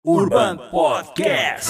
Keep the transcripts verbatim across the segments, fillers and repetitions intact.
Urban Podcast.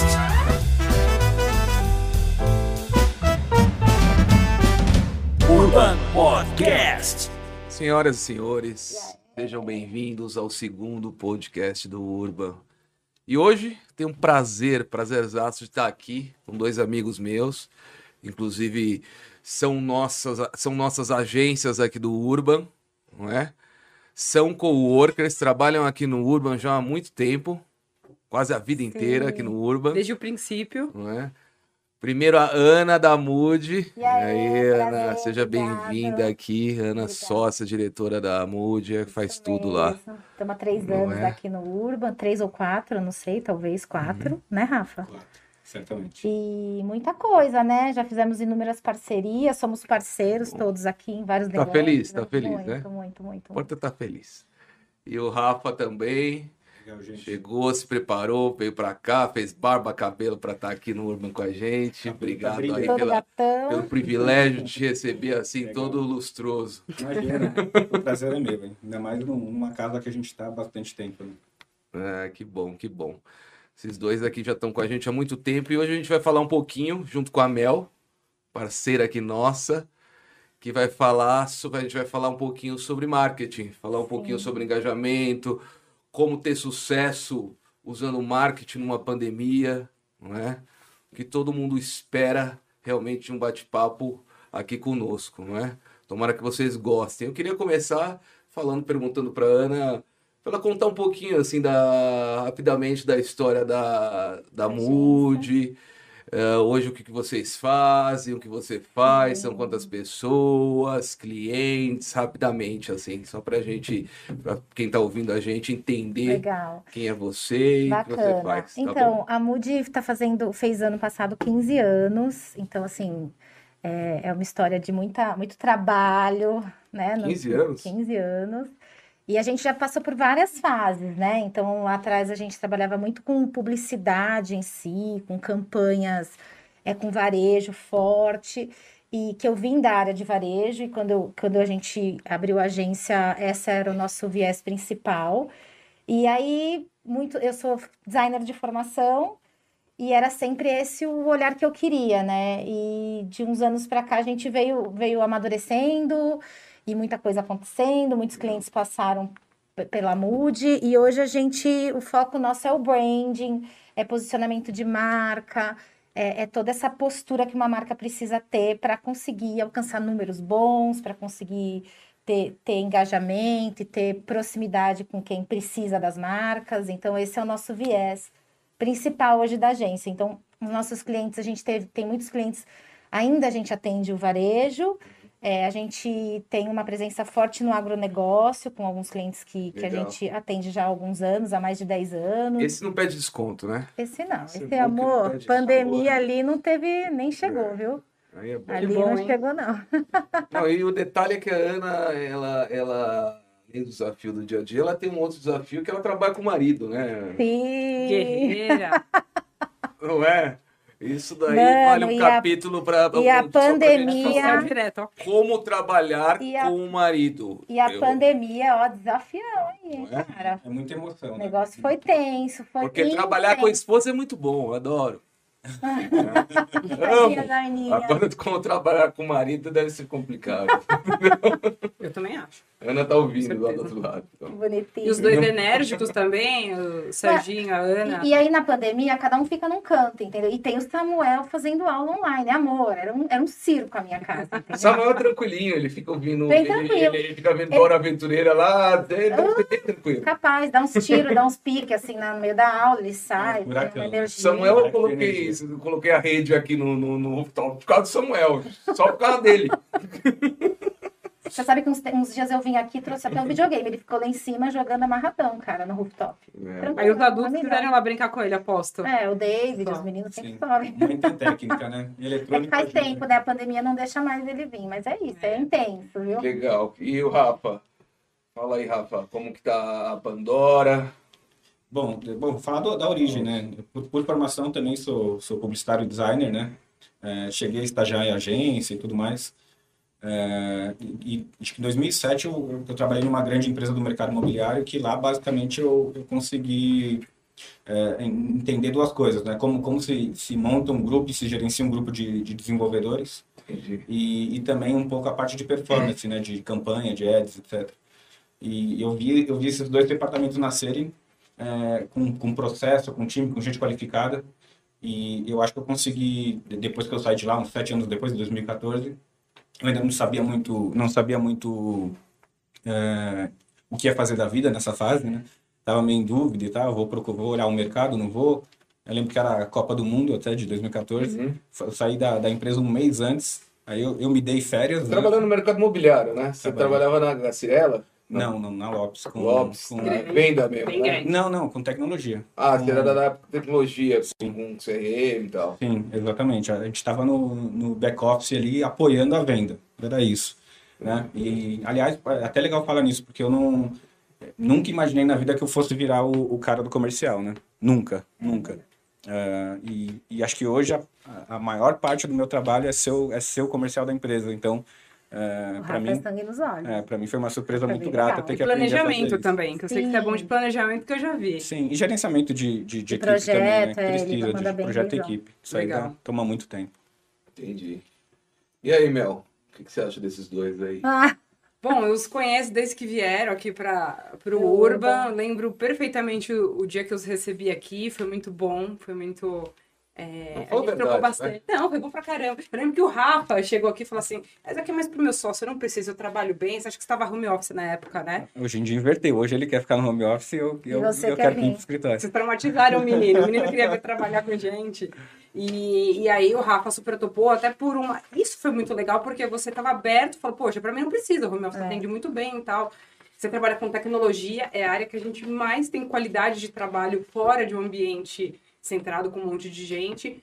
Urban Podcast. Senhoras e senhores, sejam bem-vindos ao segundo podcast do Urban. E hoje tenho um prazer, prazerzaço de estar aqui com dois amigos meus, inclusive são nossas, são nossas agências aqui do Urban, não é? São coworkers, trabalham aqui no Urban já há muito tempo, quase a vida Sim. inteira aqui no Urban. Desde o princípio. Não é? Primeiro a Ana da Mood. E aí, Ana, prazer, seja obrigado. bem-vinda aqui. Ana, Obrigada. sócia, diretora da Mood, faz Isso tudo lá. mesmo. Estamos há três Não anos é? aqui no Urban, três ou quatro, não sei, talvez quatro, Uhum. né, Rafa? Claro, certamente. E muita coisa, né? Já fizemos inúmeras parcerias, somos parceiros todos aqui em vários Tá negócios. feliz, tá feliz, muito, né? Muito, muito, muito. Importa estar feliz. E o Rafa também Legal, gente. chegou, se preparou, veio pra cá, fez barba, cabelo pra estar aqui no Urban com a gente. Tá- tá Obrigado aí brilhando. Todo pela, gatão. pelo privilégio de te receber assim, Legal. todo lustroso. Imagina, o prazer é meu, hein? Ainda mais num- numa casa que a gente está há bastante tempo. Né? Ah, que bom, que bom. Esses dois aqui já estão com a gente há muito tempo e hoje a gente vai falar um pouquinho, junto com a Mel, parceira aqui nossa, que vai falar, sobre, a gente vai falar um pouquinho sobre marketing, falar um pouquinho sobre engajamento, como ter sucesso usando marketing numa pandemia, não é? Que todo mundo espera realmente um bate-papo aqui conosco, não é? Tomara que vocês gostem. Eu queria começar falando, perguntando para Ana, para ela contar um pouquinho assim da rapidamente da história da da Agência. Mood. Eh, hoje o que, que vocês fazem, o que você faz, são quantas pessoas, clientes, rapidamente, assim, só pra gente, pra quem tá ouvindo a gente entender Legal. quem é você e o que você Bacana. faz, tá Então, bom? a Mood tá fazendo, fez ano passado quinze anos, então assim, é, é uma história de muita, muito trabalho, né? no- quinze anos? quinze anos. E a gente já passou por várias fases, né? Então, lá atrás a gente trabalhava muito com publicidade em si, com campanhas, é, com varejo forte, e que eu vim da área de varejo, e quando, eu- quando a gente abriu a agência, esse era o nosso viés principal. E aí, muito, eu sou designer de formação, e era sempre esse o olhar que eu queria, né? E de uns anos para cá a gente veio, veio amadurecendo e muita coisa acontecendo, muitos clientes passaram p- pela Mood e hoje a gente, o foco nosso é o branding, é posicionamento de marca, é, é toda essa postura que uma marca precisa ter para conseguir alcançar números bons, para conseguir ter, ter engajamento e ter proximidade com quem precisa das marcas. Então, esse é o nosso viés principal hoje da agência. Então, os nossos clientes, a gente teve, tem muitos clientes, ainda a gente atende o varejo, é, a gente tem uma presença forte no agronegócio, com alguns clientes que, que a Legal. gente atende já há alguns anos, há mais de dez anos. Esse não pede desconto, né? Esse não, esse é esse bom que não amor, pede pandemia sabor. ali não teve, nem chegou, viu? Aí é bom. Ali bom, não hein? chegou, não. Não, e o detalhe é que a Ana, ela, ela, além do desafio do dia a dia, ela tem um outro desafio que ela trabalha com o marido, né? Sim. Guerreira. Não é? Isso daí Mano, vale um e a- capítulo para e a pandemia- Social direto, ó. como trabalhar E a- com o marido. E a Eu- pandemia, ó, desafião aí, Não é? cara. É muita emoção, O né? negócio foi tenso, foi Porque trabalhar com a intenso. esposa é muito bom, eu adoro. Tadinha da Amo. Aninha. Agora, como trabalhar com o marido deve ser complicado. Eu também acho. A Ana tá ouvindo Com lá do certeza. outro lado. Então. Bonitinho. E os dois enérgicos também, o Serginho, a Ana. E, e aí, na pandemia, cada um fica num canto, entendeu? E tem o Samuel fazendo aula online, amor. Era um, era um circo a minha casa, entendeu? Samuel é tranquilinho, ele fica ouvindo. Bem Ele, tranquilo. ele, ele fica vendo Dora Aventureira lá, ele deve ser bem tranquilo. Capaz, dá uns tiros, dá uns piques, assim, no meio da aula, ele sai, É, furacão. tem uma energia. Samuel, eu Vai coloquei ter energia. isso, eu coloquei a rede aqui no, no, no rooftop por causa do Samuel, só por causa dele. Você sabe que uns, uns dias eu vim aqui e trouxe até um videogame. Ele ficou lá em cima jogando amarradão, cara, no rooftop. É. Tranquilo, Aí os adultos amigão. quiserem lá brincar com ele, aposto. É, o David, Só. os meninos sempre Sim. sobem. Muita técnica, né? É que Eletrônica. faz ajuda. tempo, né? A pandemia não deixa mais ele vir, mas é isso, é intenso, viu? Legal. E o Rafa? Fala aí, Rafa, como que tá a Pandora? Bom, bom, vou falar do- da origem, né? Por, por formação também sou, sou publicitário e designer, né? É, cheguei a estagiar em agência e tudo mais. É, e, e acho que em dois mil e sete eu, eu trabalhei numa grande empresa do mercado imobiliário que lá basicamente eu, eu consegui é, entender duas coisas, né? Como, como se, se monta um grupo e se gerencia um grupo de, de desenvolvedores e, e também um pouco a parte de performance, né? De campanha, de ads, etcétera. E eu vi, eu vi esses dois departamentos nascerem é, com, com processo, com time, com gente qualificada. E eu acho que eu consegui, depois que eu saí de lá, uns sete anos depois, em dois mil e quatorze, eu ainda não sabia muito, não sabia muito é, o que ia fazer da vida nessa fase, né? Tava meio em dúvida e tal, vou, procurar, vou olhar o mercado, não vou. Eu lembro que era a Copa do Mundo até, de dois mil e quatorze. Uhum. Eu saí da, da empresa um mês antes, aí eu, eu me dei férias. Você né? Trabalhando no mercado imobiliário, né? Você trabalhava na, na Cirela? Não, não, na Lopes. Com, Lopes, com... venda mesmo, né? Não, não, com tecnologia. Ah, com... você era da tecnologia, com, com C R M e tal. Sim, exatamente. A gente estava no, no back-office ali, apoiando a venda. Era isso. Né? E, aliás, é até legal falar nisso, porque eu não... Nunca imaginei na vida que eu fosse virar o, o cara do comercial, né? Nunca, nunca. Uh, e, e acho que hoje a, a maior parte do meu trabalho é ser o, é ser o comercial da empresa. Então, uh, para mim, é, para mim foi uma surpresa pra muito grata legal. ter que e aprender a fazer planejamento também, que eu sei que você é bom de planejamento, que eu já vi. Sim, e gerenciamento de, de, de, de equipe projeto, também, né? Que é, precisa, de projeto e equipe. Isso legal. aí toma muito tempo. Entendi. E aí, Mel? O que, que você acha desses dois aí? Ah. Bom, eu os conheço desde que vieram aqui para o Urban. Lembro perfeitamente o, o dia que eu os recebi aqui. Foi muito bom, foi muito... É, Não, a gente trocou bastante. Né? Não, foi bom pra caramba. Eu lembro que o Rafa chegou aqui e falou assim, mas aqui é mais pro meu sócio, eu não preciso, eu trabalho bem. Você acha que você estava home office na época, né? Hoje em dia inverteu. Hoje ele quer ficar no home office e eu, eu, eu quero vir pro escritório. Vocês traumatizaram o menino. O menino queria vir trabalhar com gente. E, e aí o Rafa super topou, até por uma... Isso foi muito legal, porque você estava aberto e falou, poxa, pra mim não precisa, o home office é. atende muito bem e tal. Você trabalha com tecnologia, é a área que a gente mais tem qualidade de trabalho fora de um ambiente centrado com um monte de gente.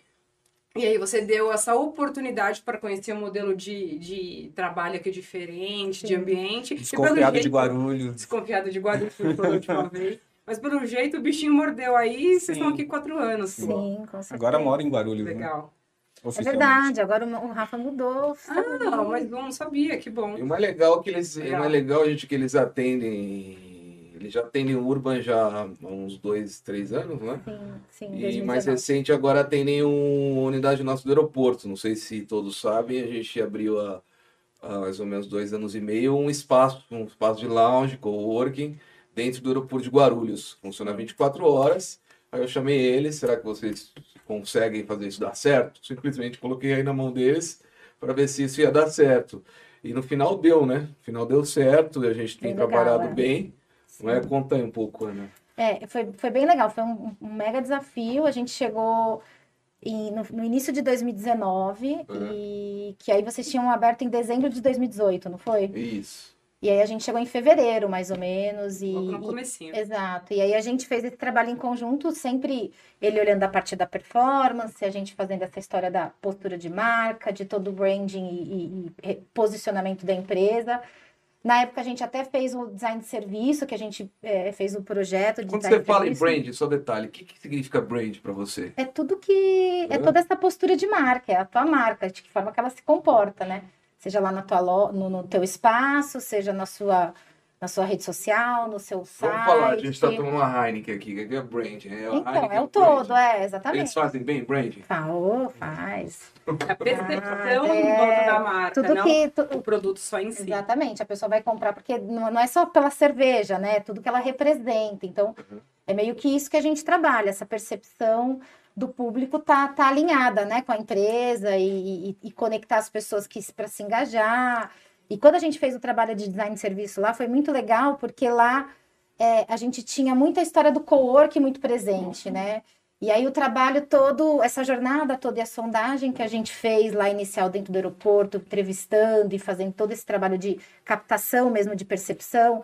E aí você deu essa oportunidade para conhecer um modelo de, de trabalho aqui diferente, Sim. de ambiente. Desconfiado jeito, de Guarulhos. Desconfiado de Guarulhos, foi a última vez. Mas pelo jeito o bichinho mordeu aí e vocês estão aqui quatro anos. Sim, com certeza. Agora moro em Guarulhos, Legal. Né? É verdade, agora o Rafa mudou. Ah, não, mas não sabia, que bom. E o mais legal é que eles, legal. É mais legal, gente, que eles atendem... Eles já atendem o Urban já há uns dois, três anos, né? Sim, sim. E dois mil e dezenove. Mais recente agora atendem uma unidade nossa do aeroporto. Não sei se todos sabem, a gente abriu há, há mais ou menos dois anos e meio um espaço, um espaço de lounge, coworking, dentro do aeroporto de Guarulhos. Funciona vinte e quatro horas. Aí eu chamei eles, será que vocês conseguem fazer isso dar certo? Simplesmente coloquei aí na mão deles para ver se isso ia dar certo. E no final deu, né? No final deu certo, a gente tem legal, trabalhado é. bem. Não é? Conta aí um pouco, Ana. É, foi, foi bem legal, foi um, um mega desafio. A gente chegou em, no, no início de dois mil e dezenove, uhum. e que aí vocês tinham aberto em dezembro de dois mil e dezoito, não foi? Isso. E aí a gente chegou em fevereiro, mais ou menos. E, no comecinho. E, exato. E aí a gente fez esse trabalho em conjunto, sempre ele olhando a parte da performance, a gente fazendo essa história da postura de marca, de todo o branding e, e, e posicionamento da empresa. Na época, a gente até fez o design de serviço, que a gente é, fez o projeto de Quando design você fala de serviço. em brand, só detalhe, o que, que significa brand para você? É tudo que... É toda essa postura de marca, é a tua marca, de que forma que ela se comporta, né? Seja lá na tua lo... no, no teu espaço, seja na sua, na sua rede social, no seu site. Vamos falar, a gente está tomando uma Heineken aqui, o que é brand? É então, Heineken é o todo, brand. é, exatamente. Eles fazem bem brand? Falou, faz. A percepção ah, é, do dono da marca, tudo não que, tu, o produto só em si. Exatamente, a pessoa vai comprar, porque não, não é só pela cerveja, né? É tudo que ela representa. Então, uhum. é meio que isso que a gente trabalha, essa percepção do público tá, tá alinhada, né, com a empresa e, e, e conectar as pessoas para se engajar. E quando a gente fez o trabalho de design de serviço lá, foi muito legal, porque lá é, a gente tinha muita história do co-work muito presente, né? E aí o trabalho todo, essa jornada toda e a sondagem que a gente fez lá inicial dentro do aeroporto, entrevistando e fazendo todo esse trabalho de captação mesmo, de percepção,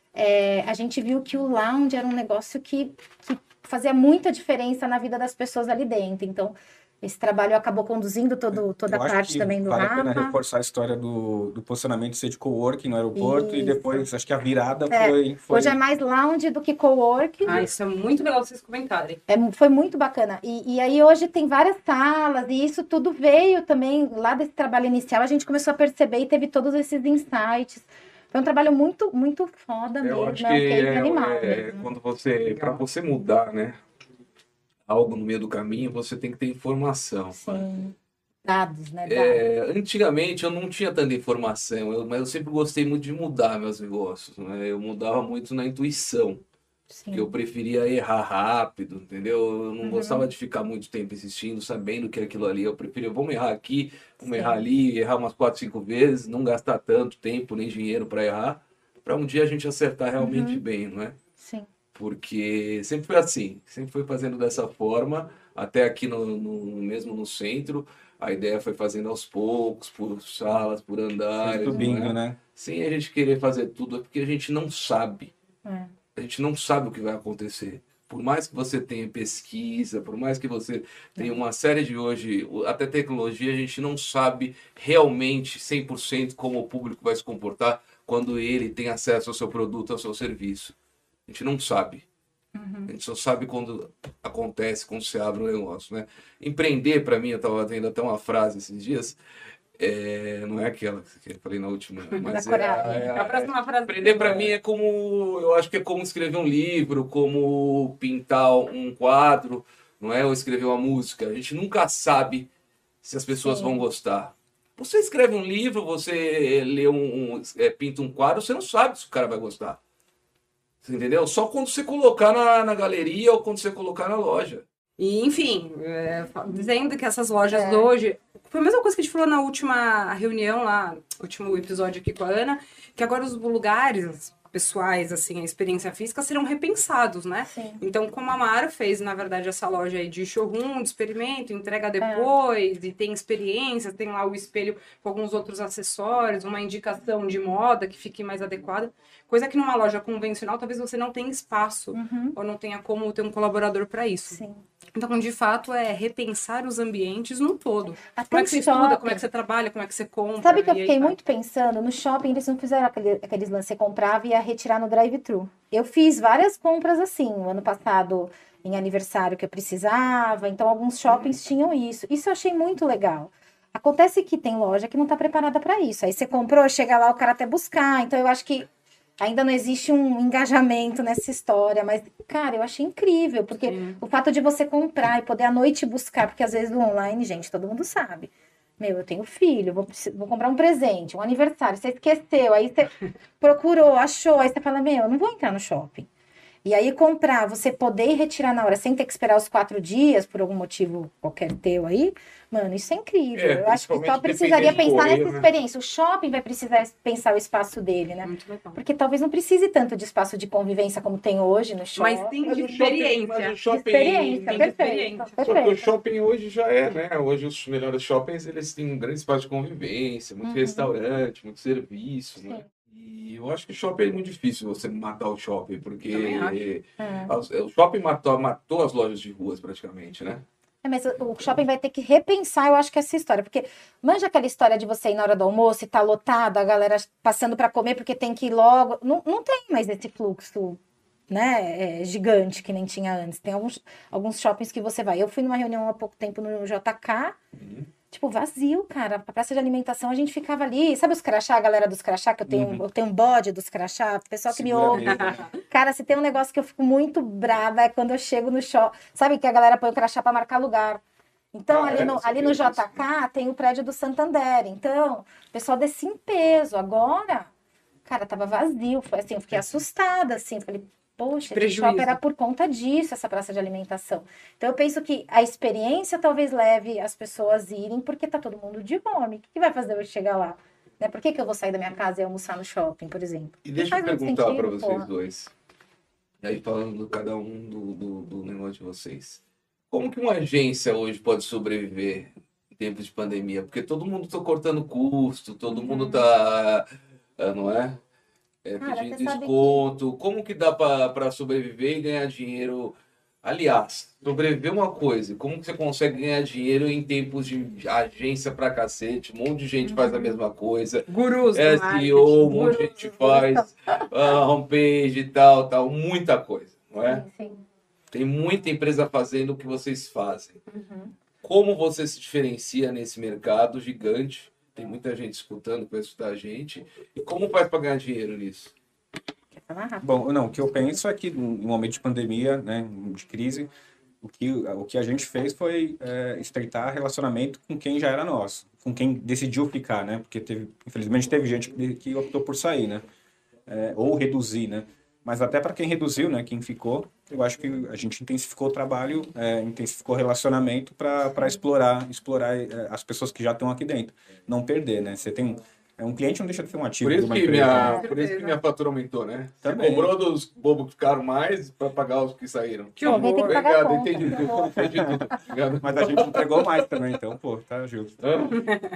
é, a gente viu que o lounge era um negócio que, que fazia muita diferença na vida das pessoas ali dentro. Então, esse trabalho acabou conduzindo todo, toda a parte também do Rafa. Vale a pena Rafa. reforçar a história do, do posicionamento ser de coworking no aeroporto. Isso. E depois, acho que a virada é, foi, foi... Hoje é mais lounge do que coworking. Ah, isso é muito legal vocês comentarem. É, foi muito bacana. E, e aí hoje tem várias salas, e isso tudo veio também, lá desse trabalho inicial, a gente começou a perceber e teve todos esses insights. Foi um trabalho muito, muito foda Eu mesmo. acho é um que case é, animal é, mesmo. quando você, para você mudar, né? algo no meio do caminho, você tem que ter informação. Sim. Dados, né? Dados. É, antigamente eu não tinha tanta informação, eu- mas eu sempre gostei muito de mudar meus negócios, né? Eu mudava muito na intuição, Sim. que eu preferia errar rápido, entendeu? Eu não Uhum. gostava de ficar muito tempo insistindo, sabendo que aquilo ali, eu preferia, vamos errar aqui, vamos Sim. errar ali, errar umas quatro, cinco vezes, não gastar tanto tempo nem dinheiro para errar, para um dia a gente acertar realmente Uhum. bem, não é? Sim. Porque sempre foi assim, sempre foi fazendo dessa forma, até aqui no, no- mesmo no centro, a ideia foi fazendo aos poucos, por salas, por Foi andares, não subindo, é? né? Sem a gente querer fazer tudo, é porque a gente não sabe, É. a gente não sabe o que vai acontecer. Por mais que você tenha pesquisa, por mais que você tenha uma série de hoje, até tecnologia, a gente não sabe realmente cem por cento como o público vai se comportar quando ele tem acesso ao seu produto, ao seu serviço. A gente não sabe. A gente só sabe quando acontece, quando se abre um negócio, né? Empreender, para mim, eu estava tendo até uma frase esses dias, é, não é aquela que eu falei na última, mas é, coragem. é, A próxima frase. empreender para mim é como, eu acho que é como escrever um livro, como pintar um quadro, não é? Ou escrever uma música. A gente nunca sabe se as pessoas Sim. vão gostar. Você escreve um livro, você lê um, um é, pinta um quadro, você não sabe se o cara vai gostar. Você entendeu? Só quando você colocar na, na galeria ou quando você colocar na loja. E, enfim, é, fa- dizendo que essas lojas É. hoje. Foi a mesma coisa que a gente falou na última reunião lá, último episódio aqui com a Ana, que agora os lugares pessoais, assim, a experiência física serão repensados, né? Sim. Então, como a Mara fez, na verdade, essa loja aí de showroom, de experimento, É. entrega depois, e tem experiência, tem lá o espelho com alguns outros acessórios, uma indicação de moda que fique mais adequada. Coisa que numa loja convencional, talvez você não tenha espaço, Uhum. ou não tenha como ter um colaborador para isso. Sim. Então, de fato, é repensar os ambientes no todo. Até Como é no que você shopping. estuda, como é que você trabalha, como é que você compra. Sabe que eu e aí fiquei vai. muito pensando? No shopping eles não fizeram aquele, aqueles lances, você comprava e ia retirar no drive-thru. Eu fiz várias compras assim, o ano passado em aniversário que eu precisava, então alguns shoppings tinham isso. Isso eu achei muito legal. Acontece que tem loja que não está preparada para isso. Aí você comprou, chega lá, o cara até buscar. Então eu acho que ainda não existe um engajamento nessa história, mas, cara, eu achei incrível, porque Sim. o fato de você comprar e poder à noite buscar, porque às vezes no online, gente, todo mundo sabe. Meu, eu tenho filho, vou, precis- vou comprar um presente, um aniversário, você esqueceu, aí você procurou, achou, aí você fala, meu, eu não vou entrar no shopping. E aí comprar, você poder ir retirar na hora, sem ter que esperar os quatro dias, por algum motivo qualquer teu aí, mano, isso é incrível. É, eu acho que só principalmente precisaria dependendo do pensar correio, nessa né? experiência. O shopping vai precisar pensar o espaço dele, né? Muito legal. Porque talvez não precise tanto de espaço de convivência como tem hoje no shopping. Mas tem Mas de o shopping, experiência. mas o De shopping, experiência, tem de perfeito. experiência. só que o perfeito. shopping hoje já é, né? Hoje os melhores shoppings, eles têm um grande espaço de convivência, muito Uhum. restaurante, muito serviço, né? Sim. E eu acho que o shopping é muito difícil você matar o shopping, porque Também acho. É. as- o shopping matou, matou as lojas de ruas praticamente, né? É, mas o o shopping vai ter que repensar, eu acho que essa história. Porque manja aquela história de você ir na hora do almoço e tá lotado, a galera passando para comer porque tem que ir logo. Não, não tem mais esse fluxo, né, é, gigante que nem tinha antes. Tem alguns, alguns shoppings que você vai. Eu fui numa reunião há pouco tempo no J K, tipo, vazio, cara. A praça de alimentação, a gente ficava ali. Sabe os crachá, a galera dos crachá, que eu tenho, Uhum. eu tenho um bode dos crachá, o pessoal que me Segura ouve. mesmo, né? Cara, se tem um negócio que eu fico muito brava é quando eu chego no shopping. Sabe que a galera põe o crachá para marcar lugar. Então, Ah, ali, é? no, Não ali sabia no disso. J K tem o prédio do Santander. Então, o pessoal descia em peso. Agora, cara, tava vazio. Foi assim, eu fiquei assustada, assim. Falei, poxa, esse Prejuízo. shopping era por conta disso, essa praça de alimentação. Então, eu penso que a experiência talvez leve as pessoas irem, porque tá todo mundo de fome. O que, que vai fazer eu chegar lá? Né? Por que, que eu vou sair da minha casa e almoçar no shopping, por exemplo? E Não deixa eu faz muito perguntar sentido, para vocês porra. dois. E aí falando do cada um do, do, do negócio de vocês. Como que uma agência hoje pode sobreviver em tempos de pandemia? Porque todo mundo está cortando custo, todo mundo está, não é? É, Cara, pedindo você sabe desconto. Como que dá para sobreviver e ganhar dinheiro? Aliás, sobreviver é uma coisa. Como que você consegue ganhar dinheiro em tempos de agência pra cacete? Um monte de gente faz a mesma coisa. Gurus do S E O, um marketing. monte de gente faz ah, homepage e tal, tal, muita coisa, não é? Sim, sim. Tem muita empresa fazendo o que vocês fazem. Uhum. Como você se diferencia nesse mercado gigante? Tem muita gente escutando, para escutar a gente. E como faz para ganhar dinheiro nisso? Quer falar, Rafa? Bom, não, o que eu penso é que no momento de pandemia, né, de crise, o que, o que a gente fez foi é, estreitar relacionamento com quem já era nosso, com quem decidiu ficar, né? Porque teve, infelizmente teve gente que, que optou por sair, né? É, ou reduzir, né? Mas até para quem reduziu, né? Quem ficou, eu acho que a gente intensificou o trabalho, é, intensificou o relacionamento para explorar, explorar é, as pessoas que já estão aqui dentro, não perder, né? Você tem um, é, um cliente não deixa de ser um ativo Por de isso, uma que empresa, minha, né? por isso que minha fatura aumentou, né? Você Também. cobrou dos bobos que ficaram mais para pagar os que saíram. Que Alguém tem horror. que pagar a Obrigado, conta. entendi tudo. Entendi tudo. Obrigado. Mas a gente entregou mais também, então, pô, tá justo. Hã?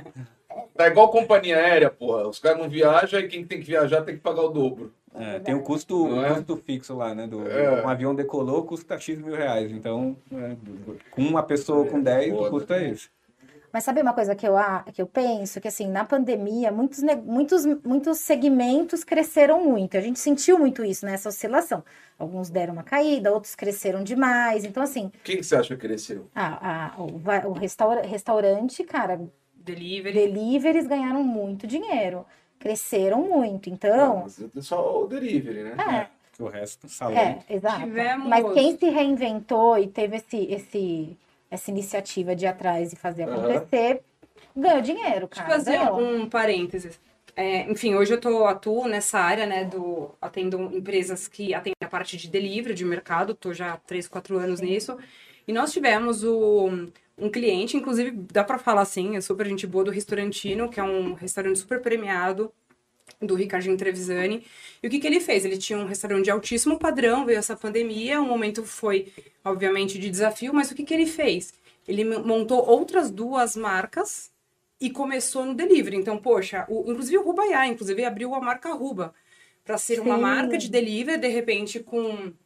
Tá igual companhia aérea, porra. Os caras não viajam e quem tem que viajar tem que pagar o dobro. É, tem o custo, Não o é? custo fixo lá, né? Do, É. Um avião decolou, custa X mil reais. Então, é, com uma pessoa com dez, foda. o custo é esse. Mas sabe uma coisa que eu, a- que eu penso? Que assim, na pandemia, muitos, ne- muitos, muitos segmentos cresceram muito. A gente sentiu muito isso, né? Essa oscilação. Alguns deram uma caída, outros cresceram demais. Então, assim, Quem que você acha que cresceu? a, a- o, va- o restaura- restaurante, cara, Delivery. deliveries ganharam muito dinheiro. Cresceram muito. Então, Mas só o delivery, né? é, Que o resto, salão. é, exato. Tivemos- Mas quem se reinventou e teve esse, esse, essa iniciativa de ir atrás e fazer Aham. acontecer, ganhou dinheiro, Deixa eu cara. fazer ganhou. um parênteses. É, enfim, hoje eu tô, atuo nessa área, né, do, atendo empresas que atendem a parte de delivery, de mercado, tô já há três, quatro anos nisso, e nós tivemos o, um cliente, inclusive, dá pra falar assim, é super gente boa, do Restaurantino, que é um restaurante super premiado, do Ricardinho Trevisani. E o que que ele fez? Ele tinha um restaurante de altíssimo padrão, veio essa pandemia, um momento foi, obviamente, de desafio, mas o que que ele fez? Ele m- montou outras duas marcas e começou no delivery. Então, poxa, o, inclusive o Rubaiá, inclusive abriu a marca Ruba para ser uma Sim. marca de delivery, de repente com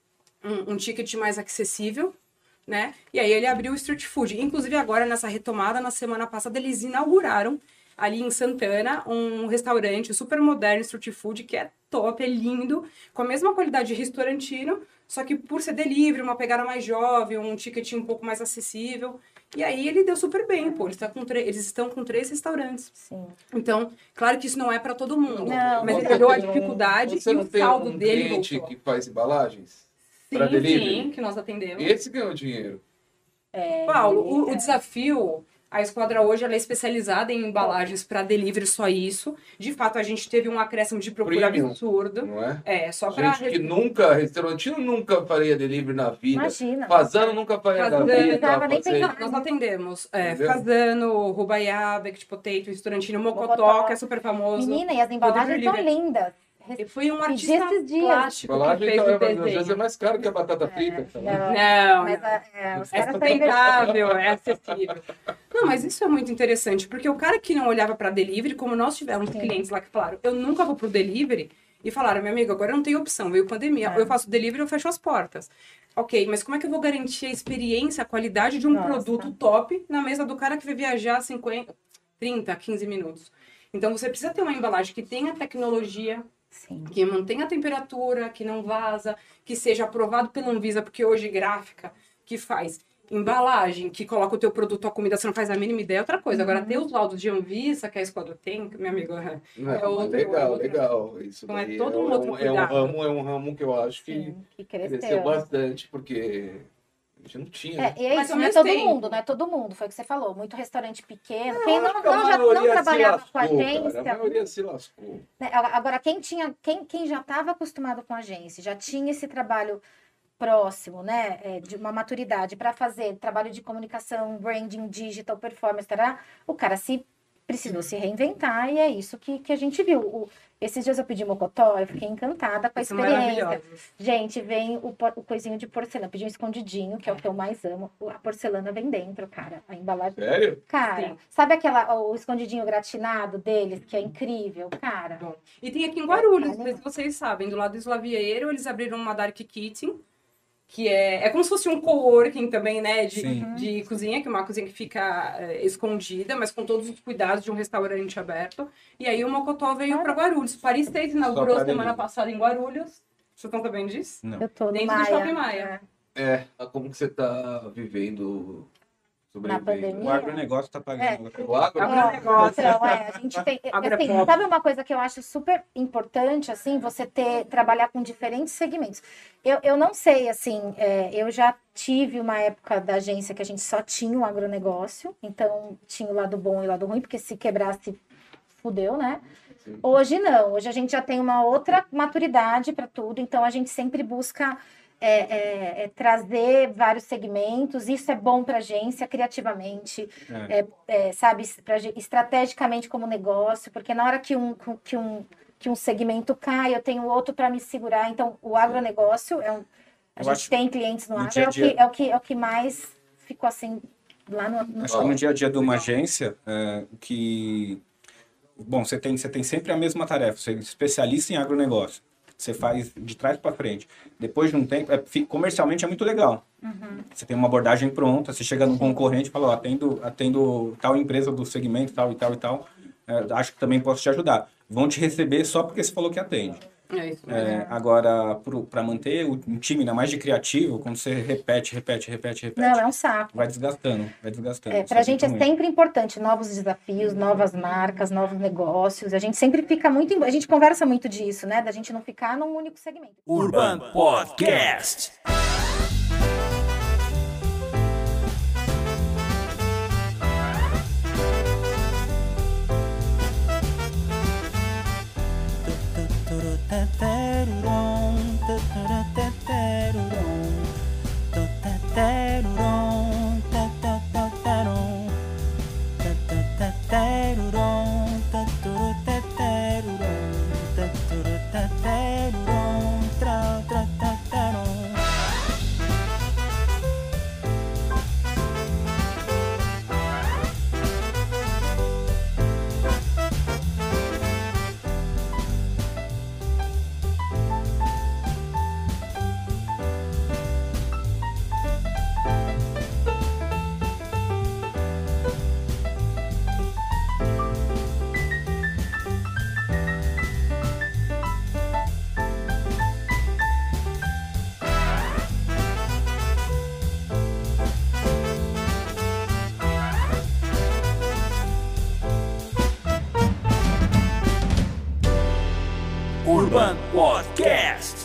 um, um ticket mais acessível, né? E aí ele abriu o street food. Inclusive agora nessa retomada, na semana passada, eles inauguraram ali em Santana um restaurante super moderno, street food, que é top, é lindo, com a mesma qualidade de restaurantino, só que por ser delivery, uma pegada mais jovem, um ticket um pouco mais acessível. E aí ele deu super bem, pô. Eles, tá com tre- eles estão com três restaurantes. Sim. Então, claro que isso não é para todo mundo. Não, mas você ele deu a tem um- dificuldade Você e não o tem saldo um dele cliente voltou. que faz embalagens? Sim, pra delivery? sim, que nós atendemos. Esse ganhou dinheiro. Paulo, o, o desafio, a Esquadra hoje ela é especializada em embalagens para delivery, só isso. De fato, a gente teve um acréscimo de procura Premium, absurdo. Não é? É, só para... Gente que nunca, restaurantino nunca faria delivery na vida. Imagina. Fazano nunca faria na Fazano, vida. precisava nem fazer. pensar. Nós atendemos é, Entendeu? Fazano, Rubaiá, Baked Potato, Restaurantino Mocotó, Mocotó. que é super famoso. Menina, e as embalagens Tudo são lindas. E foi um Pedi artista esses dias. plástico que Embalagem fez então, o é, às vezes é desenho. mais caro que a batata frita. Não, Não, mas não. é, é, os É caras são sustentável, é acessível. Não, mas isso é muito interessante, porque o cara que não olhava para delivery, como nós tivemos Sim. clientes lá que falaram, eu nunca vou pro delivery, e falaram, meu amigo, agora eu não tenho opção, veio pandemia, É. ou eu faço delivery ou eu fecho as portas. Ok, mas como é que eu vou garantir a experiência, a qualidade de um Nossa. produto top na mesa do cara que vai viajar cinquenta, trinta, quinze minutos? Então você precisa ter uma embalagem que tenha tecnologia, Sim. que mantenha a temperatura, que não vaza, que seja aprovado pela Anvisa, porque hoje gráfica que faz embalagem, que coloca o teu produto, a comida, você não faz a mínima ideia, é outra coisa. Agora, Uhum. ter os laudos de Anvisa, que a Esquadra tem, meu amigo, é, Não, é outro, legal, é outro. legal. Isso Então é daí todo um é outro um, é um cuidado. ramo, é um ramo que eu acho que Sim, que cresceu cresceu. bastante, porque a gente não tinha. É, né? e é Mas isso, ao não é mesmo todo tempo- mundo, não é todo mundo, foi o que você falou, muito restaurante pequeno, quem não, Acho que a não, já, não maioria se trabalhava com lascou, agência, cara. A maioria se lascou. né, agora quem tinha, quem, quem já estava acostumado com agência, já tinha esse trabalho próximo, né, é, de uma maturidade para fazer trabalho de comunicação, branding, digital, performance, tará, o cara se precisou se reinventar e é isso que, que a gente viu. O- esses dias eu pedi mocotó, eu fiquei encantada com a São experiência. maravilhosos. Gente, vem o, por- o coisinho de porcelana. Pedi um escondidinho, que é o que eu mais amo. O- A porcelana vem dentro, cara. A embalagem. Sério? Cara, Sim. sabe aquela, o escondidinho gratinado deles, que é incrível? Cara, Bom, e tem aqui em Guarulhos, não sei se vocês sabem, do lado do Slavieiro, eles abriram uma Dark Kitchen, que é, é como se fosse um coworking também, né, de, Sim. de cozinha, que é uma cozinha que fica é, escondida, mas com todos os cuidados de um restaurante aberto. E aí o Mocotó veio para Guarulhos. Paris State inaugurou pra semana delivery. passada em Guarulhos. Vocês estão sabendo disso? Não. eu tô no Dentro do Maia. Shopping Maia. É. Como que você tá vivendo na pandemia. O agronegócio está pagando. É. O agro... Agronegócio. Então, é, a gente tem, Agro é assim, pop. sabe uma coisa que eu acho super importante, assim, você ter, trabalhar com diferentes segmentos. Eu, eu não sei, assim, é, eu já tive uma época da agência que a gente só tinha o agronegócio, então tinha o lado bom e o lado ruim, porque se quebrasse, fudeu, né? Sim. Hoje não, hoje a gente já tem uma outra maturidade para tudo, então a gente sempre busca é, é, é, trazer vários segmentos, isso é bom para a agência criativamente, É. é, é, sabe, pra, estrategicamente como negócio, porque na hora que um, que um, que um segmento cai, eu tenho outro para me segurar, então o agronegócio é um, a Eu gente acho tem clientes no no agro, dia é a o, que, dia- é, o que, é o que mais ficou assim lá no... no Acho que no dia a dia de uma agência, é, o que... Bom, você tem, você tem sempre a mesma tarefa, você é especialista em agronegócio. Você faz de trás para frente. Depois de um tempo, é, fi- comercialmente é muito legal. Você tem uma abordagem pronta, você chega num concorrente e fala, ó, atendo, atendo tal empresa do segmento, tal e tal e tal, é, acho que também posso te ajudar. Vão te receber só porque você falou que atende. É isso mesmo. É, agora, para manter o- um time, ainda mais de criativo, quando você repete, repete, repete, repete, Não, é um saco. vai desgastando, vai desgastando. É, Isso para a gente é irrita muito. sempre importante novos desafios, novas marcas, novos negócios. A gente sempre fica muito, em- a gente conversa muito disso, né? Da gente não ficar num único segmento. Urban Podcast. Urban Podcast.